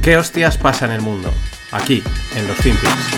¿Qué hostias pasa en el mundo? Aquí, en los FinPix.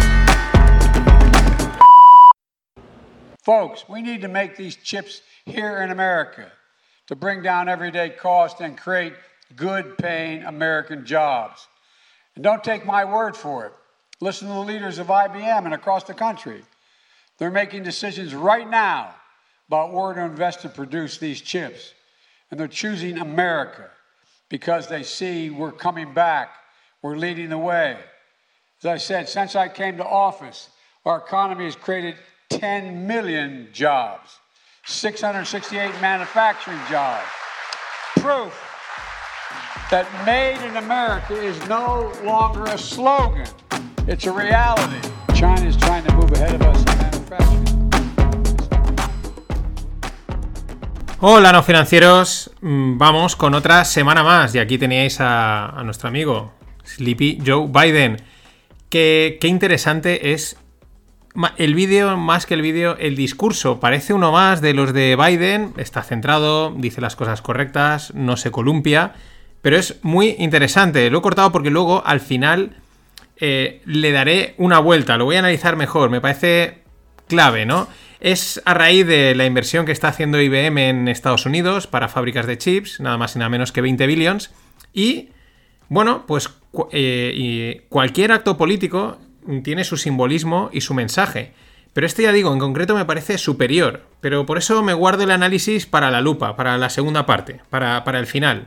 Folks, we need to make these chips here in America to bring down everyday cost and create good-paying American jobs. And don't take my word for it. Listen to the leaders of IBM and across the country. They're making decisions right now about where to invest and produce these chips. And they're choosing America because they see we're coming back, we're leading the way. As I said, since I came to office, our economy has created 10 million jobs, 668 manufacturing jobs. Proof that made in America is no longer a slogan, it's a reality. China is trying to move ahead of us in manufacturing. Hola, no financieros. Vamos con otra semana más. Y aquí teníais a nuestro amigo Sleepy Joe Biden. Qué interesante es el vídeo, más que el vídeo, el discurso. Parece uno más de los de Biden. Está centrado, dice las cosas correctas, no se columpia. Pero es muy interesante. Lo he cortado porque luego, al final, le daré una vuelta. Lo voy a analizar mejor. Me parece clave, ¿no? Es a raíz de la inversión que está haciendo IBM en Estados Unidos para fábricas de chips, nada más y nada menos que 20 billions. Y, bueno, pues cualquier acto político tiene su simbolismo y su mensaje. Pero este, ya digo, en concreto me parece superior. Pero por eso me guardo el análisis para la lupa, para la segunda parte, para el final.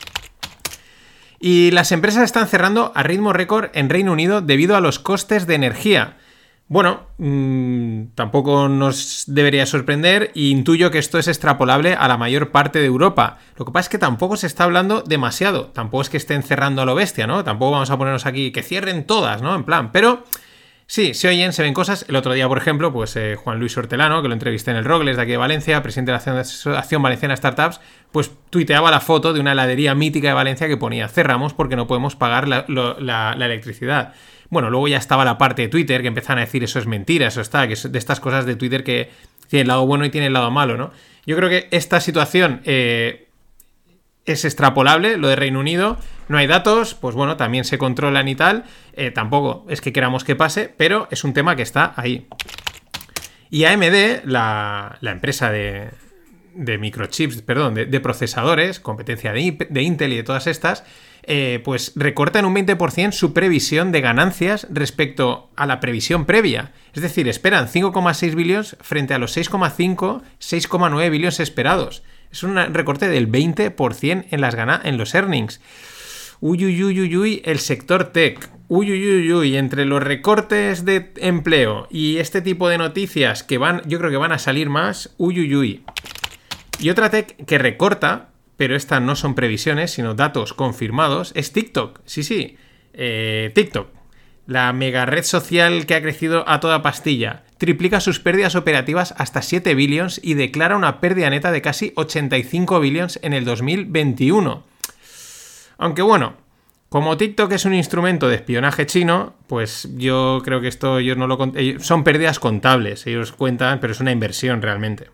Y las empresas están cerrando a ritmo récord en Reino Unido debido a los costes de energía. Bueno, tampoco nos debería sorprender e intuyo que esto es extrapolable a la mayor parte de Europa. Lo que pasa es que tampoco se está hablando demasiado. Tampoco es que estén cerrando a lo bestia, ¿no? Tampoco vamos a ponernos aquí que cierren todas, ¿no? En plan, pero sí, se oyen, se ven cosas. El otro día, por ejemplo, pues Juan Luis Hortelano, que lo entrevisté en el Robles de aquí de Valencia, presidente de la Asociación Valenciana Startups, pues tuiteaba la foto de una heladería mítica de Valencia que ponía: cerramos porque no podemos pagar la electricidad. Bueno, luego ya estaba la parte de Twitter que empezaron a decir eso es mentira, eso está, que es de estas cosas de Twitter que tiene el lado bueno y tiene el lado malo, ¿no? Yo creo que esta situación es extrapolable, lo de Reino Unido, no hay datos, pues bueno, también se controlan y tal, tampoco es que queramos que pase, pero es un tema que está ahí. Y AMD, la empresa de microchips, perdón, de procesadores, competencia de Intel y de todas estas, pues recorta en un 20% su previsión de ganancias respecto a la previsión previa. Es decir, esperan 5,6 billones frente a los 6,5, 6,9 billones esperados. Es un recorte del 20% en los earnings. Uy, el sector tech. Uy, entre los recortes de empleo y este tipo de noticias que yo creo que van a salir más. Uy. Y otra tech que recorta, pero estas no son previsiones, sino datos confirmados, es TikTok. Sí, TikTok. La mega red social que ha crecido a toda pastilla. Triplica sus pérdidas operativas hasta 7 billions y declara una pérdida neta de casi 85 billions en el 2021. Aunque bueno, como TikTok es un instrumento de espionaje chino, pues yo creo que esto ellos no son pérdidas contables. Ellos cuentan, pero es una inversión realmente.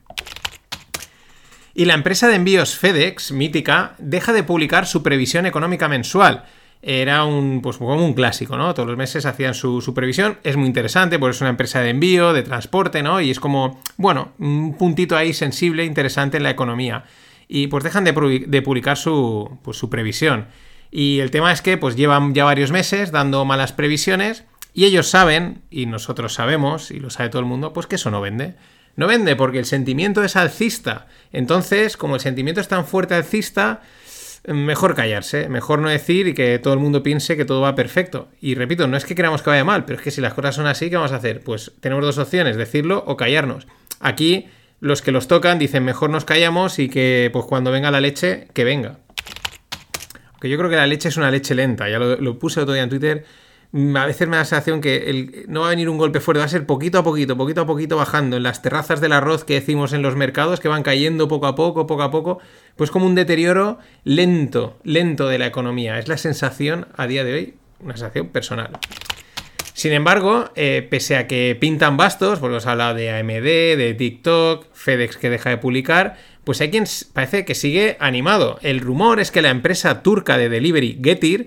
Y la empresa de envíos FedEx, mítica, deja de publicar su previsión económica mensual. Era como un clásico, ¿no? Todos los meses hacían su previsión. Es muy interesante porque es una empresa de envío, de transporte, ¿no? Y es como, bueno, un puntito ahí sensible, interesante en la economía. Y pues dejan de publicar su previsión. Y el tema es que pues llevan ya varios meses dando malas previsiones y ellos saben, y nosotros sabemos, y lo sabe todo el mundo, pues que eso no vende. No vende porque el sentimiento es alcista. Entonces, como el sentimiento es tan fuerte alcista, mejor callarse, mejor no decir y que todo el mundo piense que todo va perfecto. Y repito, no es que queramos que vaya mal, pero es que si las cosas son así, ¿qué vamos a hacer? Pues tenemos dos opciones, decirlo o callarnos. Aquí, los que los tocan dicen mejor nos callamos y que pues cuando venga la leche, que venga. Aunque yo creo que la leche es una leche lenta, ya lo puse otro día en Twitter. A veces me da la sensación que no va a venir un golpe fuerte, va a ser poquito a poquito bajando en las terrazas del arroz que decimos en los mercados, que van cayendo poco a poco, pues como un deterioro lento de la economía. Es la sensación a día de hoy, una sensación personal. Sin embargo, pese a que pintan bastos, porque os he hablado de AMD, de TikTok, FedEx que deja de publicar, pues hay quien parece que sigue animado. El rumor es que la empresa turca de delivery Getir,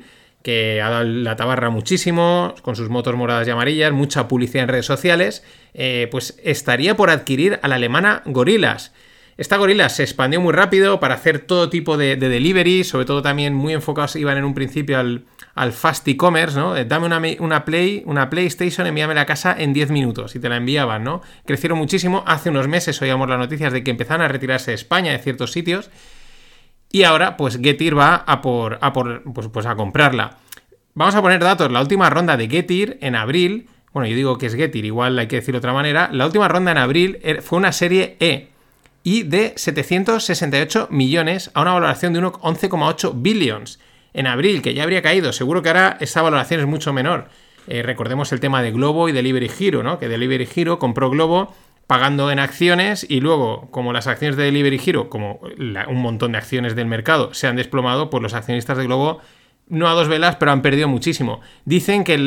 que ha dado la tabarra muchísimo, con sus motos moradas y amarillas, mucha publicidad en redes sociales, pues estaría por adquirir a la alemana Gorillas. Esta Gorillas se expandió muy rápido para hacer todo tipo de delivery, sobre todo también muy enfocados, iban en un principio al fast e-commerce, ¿no? Dame una PlayStation, envíame la casa en 10 minutos y te la enviaban, ¿no? Crecieron muchísimo. Hace unos meses oíamos las noticias de que empezaban a retirarse de España de ciertos sitios y ahora pues Getir va a comprarla. Vamos a poner datos. La última ronda de Getir en abril, bueno, yo digo que es Getir, igual hay que decirlo de otra manera, la última ronda en abril fue una serie E y de 768 millones a una valoración de unos 11,8 billions. En abril, que ya habría caído, seguro que ahora esa valoración es mucho menor. Recordemos el tema de Globo y Delivery Hero, ¿no? Que Delivery Hero compró Globo pagando en acciones y luego, como las acciones de Delivery Hero, como un montón de acciones del mercado se han desplomado, pues los accionistas de Globo, no a dos velas, pero han perdido muchísimo. Dicen que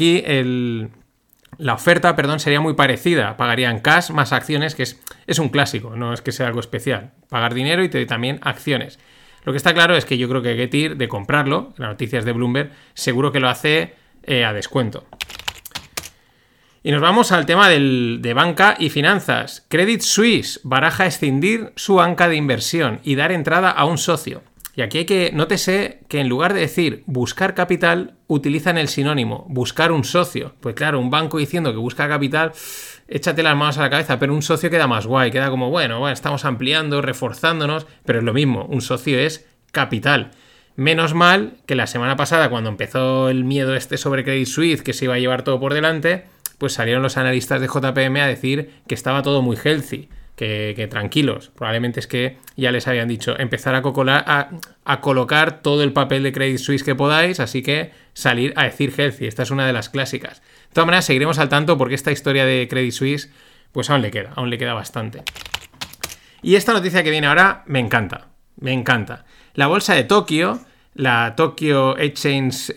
la oferta, sería muy parecida. Pagarían cash más acciones, que es un clásico, no es que sea algo especial. Pagar dinero y también acciones. Lo que está claro es que yo creo que Getir, de comprarlo, las noticias de Bloomberg, seguro que lo hace a descuento. Y nos vamos al tema de banca y finanzas. Credit Suisse baraja escindir su banca de inversión y dar entrada a un socio. Y aquí nótese que en lugar de decir buscar capital, utilizan el sinónimo buscar un socio. Pues claro, un banco diciendo que busca capital, échate las manos a la cabeza, pero un socio queda más guay, queda como, bueno, estamos ampliando, reforzándonos, pero es lo mismo, un socio es capital. Menos mal que la semana pasada, cuando empezó el miedo sobre Credit Suisse, que se iba a llevar todo por delante, pues salieron los analistas de JPM a decir que estaba todo muy healthy. Que tranquilos, probablemente es que ya les habían dicho empezar a colocar todo el papel de Credit Suisse que podáis, así que salir a decir healthy, esta es una de las clásicas. De todas maneras seguiremos al tanto porque esta historia de Credit Suisse pues aún le queda bastante. Y esta noticia que viene ahora me encanta. La bolsa de Tokio, la Tokyo Exchange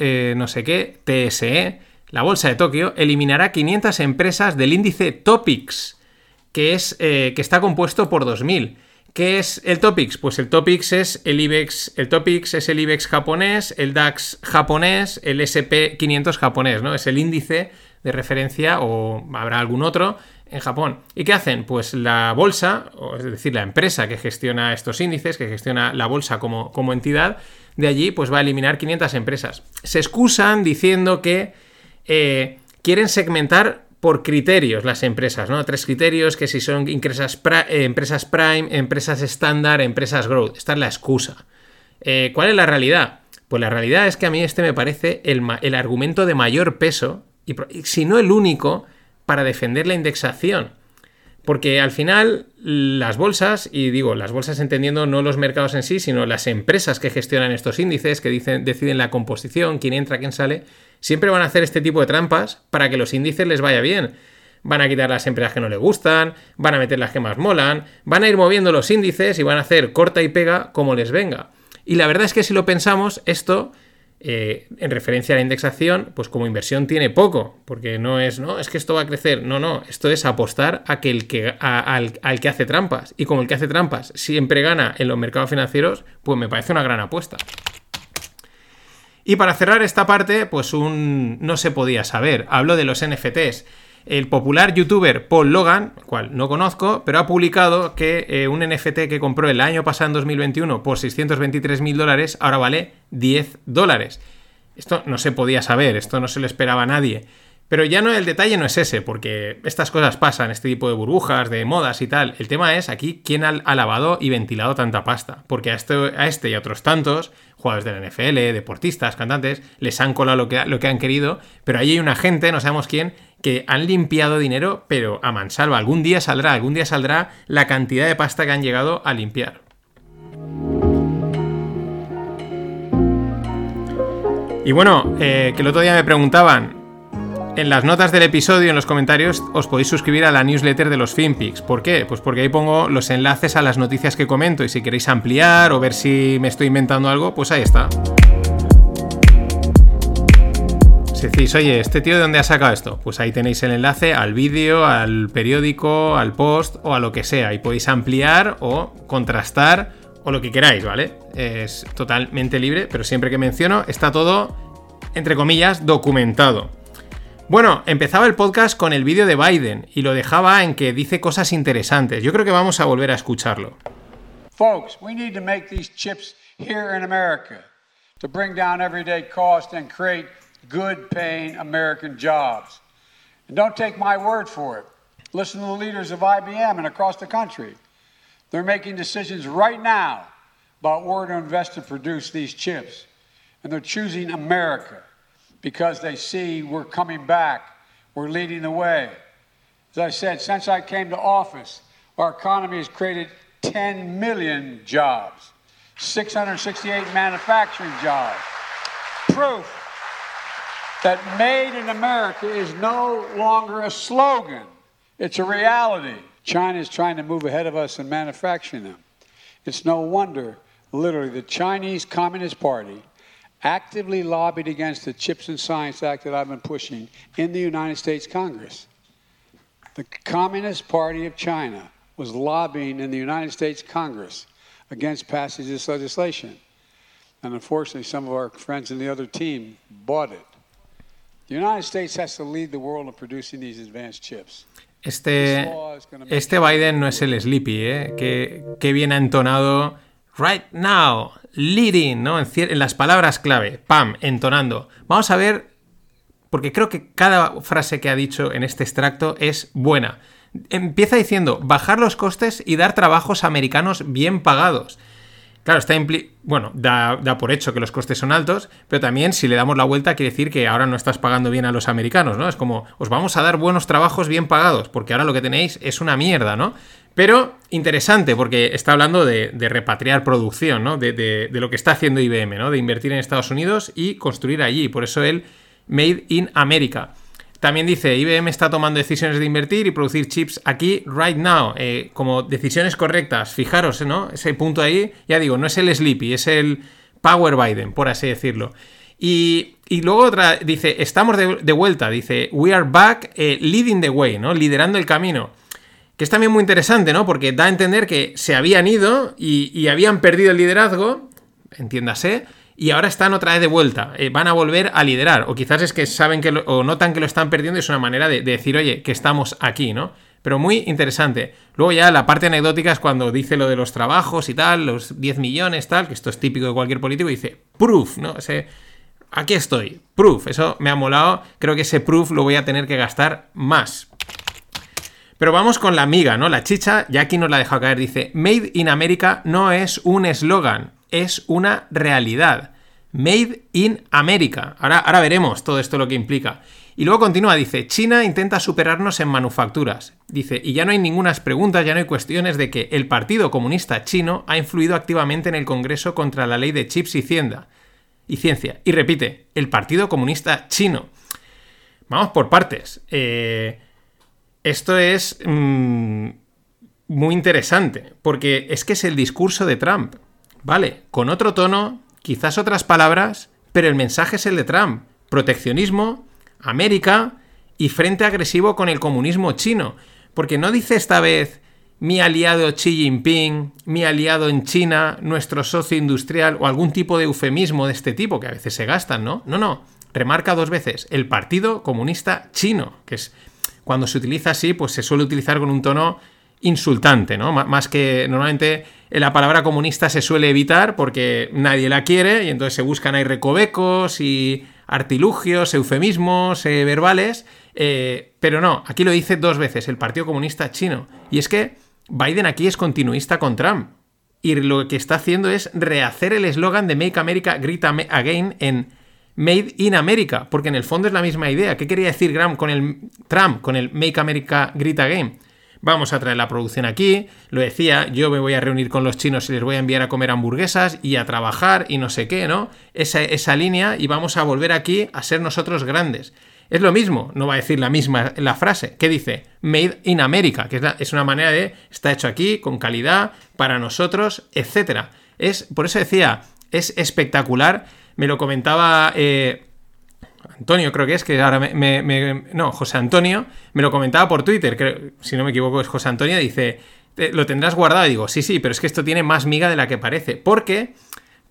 TSE, la bolsa de Tokio eliminará 500 empresas del índice Topix, que está compuesto por 2000. ¿Qué es el Topix? Pues el Topix es el IBEX. El Topix es el IBEX japonés, el DAX japonés, el SP500 japonés, ¿no? Es el índice de referencia, o habrá algún otro, en Japón. ¿Y qué hacen? Pues la bolsa, es decir, la empresa que gestiona estos índices, que gestiona la bolsa como entidad, de allí pues va a eliminar 500 empresas. Se excusan diciendo que quieren segmentar por criterios las empresas, ¿no? 3 criterios, que si son empresas prime, empresas estándar, empresas growth. Esta es la excusa. ¿Cuál es la realidad? Pues la realidad es que a mí me parece el argumento de mayor peso, y si no el único, para defender la indexación. Porque al final las bolsas, y digo las bolsas entendiendo no los mercados en sí, sino las empresas que gestionan estos índices, que deciden la composición, quién entra, quién sale, siempre van a hacer este tipo de trampas para que los índices les vaya bien. Van a quitar las empresas que no les gustan, van a meter las que más molan, van a ir moviendo los índices y van a hacer corta y pega como les venga. Y la verdad es que si lo pensamos, esto, en referencia a la indexación, pues como inversión tiene poco, porque no es que esto va a crecer, no, esto es apostar a que al que hace trampas, y como el que hace trampas siempre gana en los mercados financieros, pues me parece una gran apuesta. Y para cerrar esta parte, pues no se podía saber, hablo de los NFTs. El popular youtuber Paul Logan, el cual no conozco, pero ha publicado que un NFT que compró el año pasado, en 2021, por $623.000, ahora vale $10. Esto no se podía saber, esto no se lo esperaba a nadie. Pero ya el detalle no es ese, porque estas cosas pasan, este tipo de burbujas, de modas y tal. El tema es aquí quién ha lavado y ventilado tanta pasta. Porque a este y a otros tantos, jugadores de la NFL, deportistas, cantantes, les han colado lo que han querido, pero ahí hay una gente, no sabemos quién, que han limpiado dinero, pero a mansalva. Algún día saldrá la cantidad de pasta que han llegado a limpiar. Y bueno, que el otro día me preguntaban, en las notas del episodio, en los comentarios, os podéis suscribir a la newsletter de los FinPix. ¿Por qué? Pues porque ahí pongo los enlaces a las noticias que comento, y si queréis ampliar o ver si me estoy inventando algo, pues ahí está. Si decís, oye, ¿este tío de dónde ha sacado esto? Pues ahí tenéis el enlace al vídeo, al periódico, al post o a lo que sea, y podéis ampliar o contrastar o lo que queráis, ¿vale? Es totalmente libre, pero siempre que menciono está todo entre comillas, documentado. Bueno, empezaba el podcast con el vídeo de Biden y lo dejaba en que dice cosas interesantes. Yo creo que vamos a volver a escucharlo. Folks, we need to make these chips here in America to bring down everyday cost and create good-paying American jobs. And don't take my word for it. Listen to the leaders of IBM and across the country. They're making decisions right now about where to invest to produce these chips. And they're choosing America because they see we're coming back, we're leading the way. As I said, since I came to office, our economy has created 10 million jobs, 668 manufacturing jobs. Proof that made in America is no longer a slogan, it's a reality. China is trying to move ahead of us in manufacturing them. It's no wonder, literally, the Chinese Communist Party actively lobbied against the Chips and Science Act that I've been pushing in the United States Congress. The Communist Party of China was lobbying in the United States Congress against passage of this legislation. And unfortunately, some of our friends in the other team bought it. The United States has to lead the world in producing these advanced chips. Este Biden no es el Sleepy, ¿eh? Qué bien ha entonado right now, leading, ¿no? En las palabras clave, pam, entonando. Vamos a ver, porque creo que cada frase que ha dicho en este extracto es buena. Empieza diciendo, bajar los costes y dar trabajos americanos bien pagados. Claro, da por hecho que los costes son altos, pero también si le damos la vuelta quiere decir que ahora no estás pagando bien a los americanos, ¿no? Es como, os vamos a dar buenos trabajos bien pagados, porque ahora lo que tenéis es una mierda, ¿no? Pero interesante, porque está hablando de repatriar producción, ¿no? De lo que está haciendo IBM, ¿no? De invertir en Estados Unidos y construir allí, por eso el Made in America. También dice, IBM está tomando decisiones de invertir y producir chips aquí right now, como decisiones correctas. Fijaros, ¿no? Ese punto ahí, ya digo, no es el Sleepy, es el Power Biden, por así decirlo. Y luego otra, dice, estamos de vuelta, dice, we are back, leading the way, ¿no? Liderando el camino. Que es también muy interesante, ¿no? Porque da a entender que se habían ido y habían perdido el liderazgo, entiéndase, y ahora están otra vez de vuelta, van a volver a liderar, o quizás es que saben o notan que lo están perdiendo y es una manera de decir, oye, que estamos aquí, ¿no? Pero muy interesante. Luego ya la parte anecdótica es cuando dice lo de los trabajos y tal, los 10 millones, tal, que esto es típico de cualquier político, y dice, proof, ¿no? Aquí estoy, proof, eso me ha molado, creo que ese proof lo voy a tener que gastar más. Pero vamos con la miga, ¿no? La chicha, ya aquí nos la ha dejado caer, dice, Made in America no es un eslogan, es una realidad. Made in America. Ahora veremos todo esto lo que implica. Y luego continúa, dice, China intenta superarnos en manufacturas. Dice, y ya no hay ninguna pregunta, ya no hay cuestiones de que el Partido Comunista Chino ha influido activamente en el Congreso contra la ley de chips y ciencia. Y repite, el Partido Comunista Chino. Vamos por partes. Esto es muy interesante, porque es que es el discurso de Trump. Vale, con otro tono, quizás otras palabras, pero el mensaje es el de Trump. Proteccionismo, América y frente agresivo con el comunismo chino. Porque no dice esta vez mi aliado Xi Jinping, mi aliado en China, nuestro socio industrial o algún tipo de eufemismo de este tipo que a veces se gastan, ¿no? No. Remarca 2 veces el Partido Comunista Chino, que es cuando se utiliza así, pues se suele utilizar con un tono insultante, ¿no? Más que normalmente la palabra comunista se suele evitar porque nadie la quiere y entonces se buscan ahí recovecos y artilugios, eufemismos verbales, pero no, aquí lo dice 2 veces, el Partido Comunista Chino. Y es que Biden aquí es continuista con Trump y lo que está haciendo es rehacer el eslogan de Make America Great Again en Made in America, porque en el fondo es la misma idea. ¿Qué quería decir Trump con el Make America Great Again? Vamos a traer la producción aquí, lo decía, yo me voy a reunir con los chinos y les voy a enviar a comer hamburguesas y a trabajar y no sé qué, ¿no? Esa línea, y vamos a volver aquí a ser nosotros grandes. Es lo mismo, no va a decir la misma la frase. ¿Qué dice? Made in America, que es una manera de está hecho aquí, con calidad, para nosotros, etc. Por eso decía, es espectacular. Me lo comentaba Antonio, creo que es, que ahora no, José Antonio, me lo comentaba por Twitter, creo, si no me equivoco es José Antonio, dice, ¿lo tendrás guardado? Y digo, sí, pero es que esto tiene más miga de la que parece, porque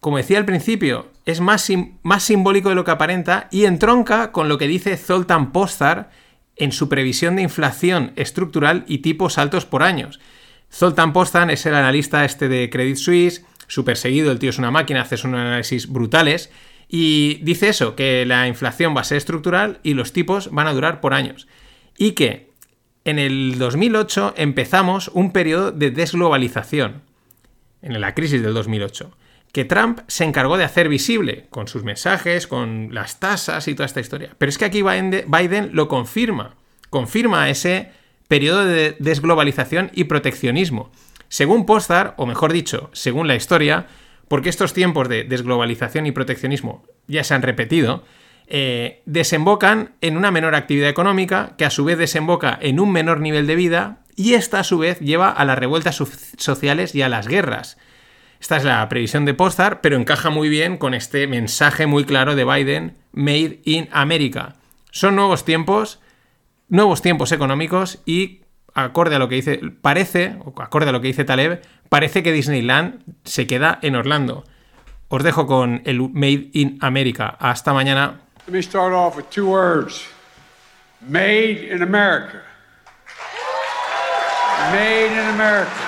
como decía al principio, es más simbólico de lo que aparenta y entronca con lo que dice Zoltán Pozsar en su previsión de inflación estructural y tipos altos por años. Zoltán Pozsar es el analista de Credit Suisse, súper seguido, el tío es una máquina, hace unos análisis brutales, y dice eso, que la inflación va a ser estructural y los tipos van a durar por años. Y que en el 2008 empezamos un periodo de desglobalización, en la crisis del 2008, que Trump se encargó de hacer visible con sus mensajes, con las tasas y toda esta historia. Pero es que aquí Biden lo confirma ese periodo de desglobalización y proteccionismo. Según Pozsar, o mejor dicho, según la historia, porque estos tiempos de desglobalización y proteccionismo ya se han repetido, desembocan en una menor actividad económica, que a su vez desemboca en un menor nivel de vida, y esta a su vez lleva a las revueltas sociales y a las guerras. Esta es la previsión de Pozsar, pero encaja muy bien con este mensaje muy claro de Biden, Made in America. Son nuevos tiempos económicos y acorde a lo que dice Taleb, parece que Disneyland se queda en Orlando. Os dejo con el Made in America. Hasta mañana. Let me start off with 2 words. Made in America. Made in America.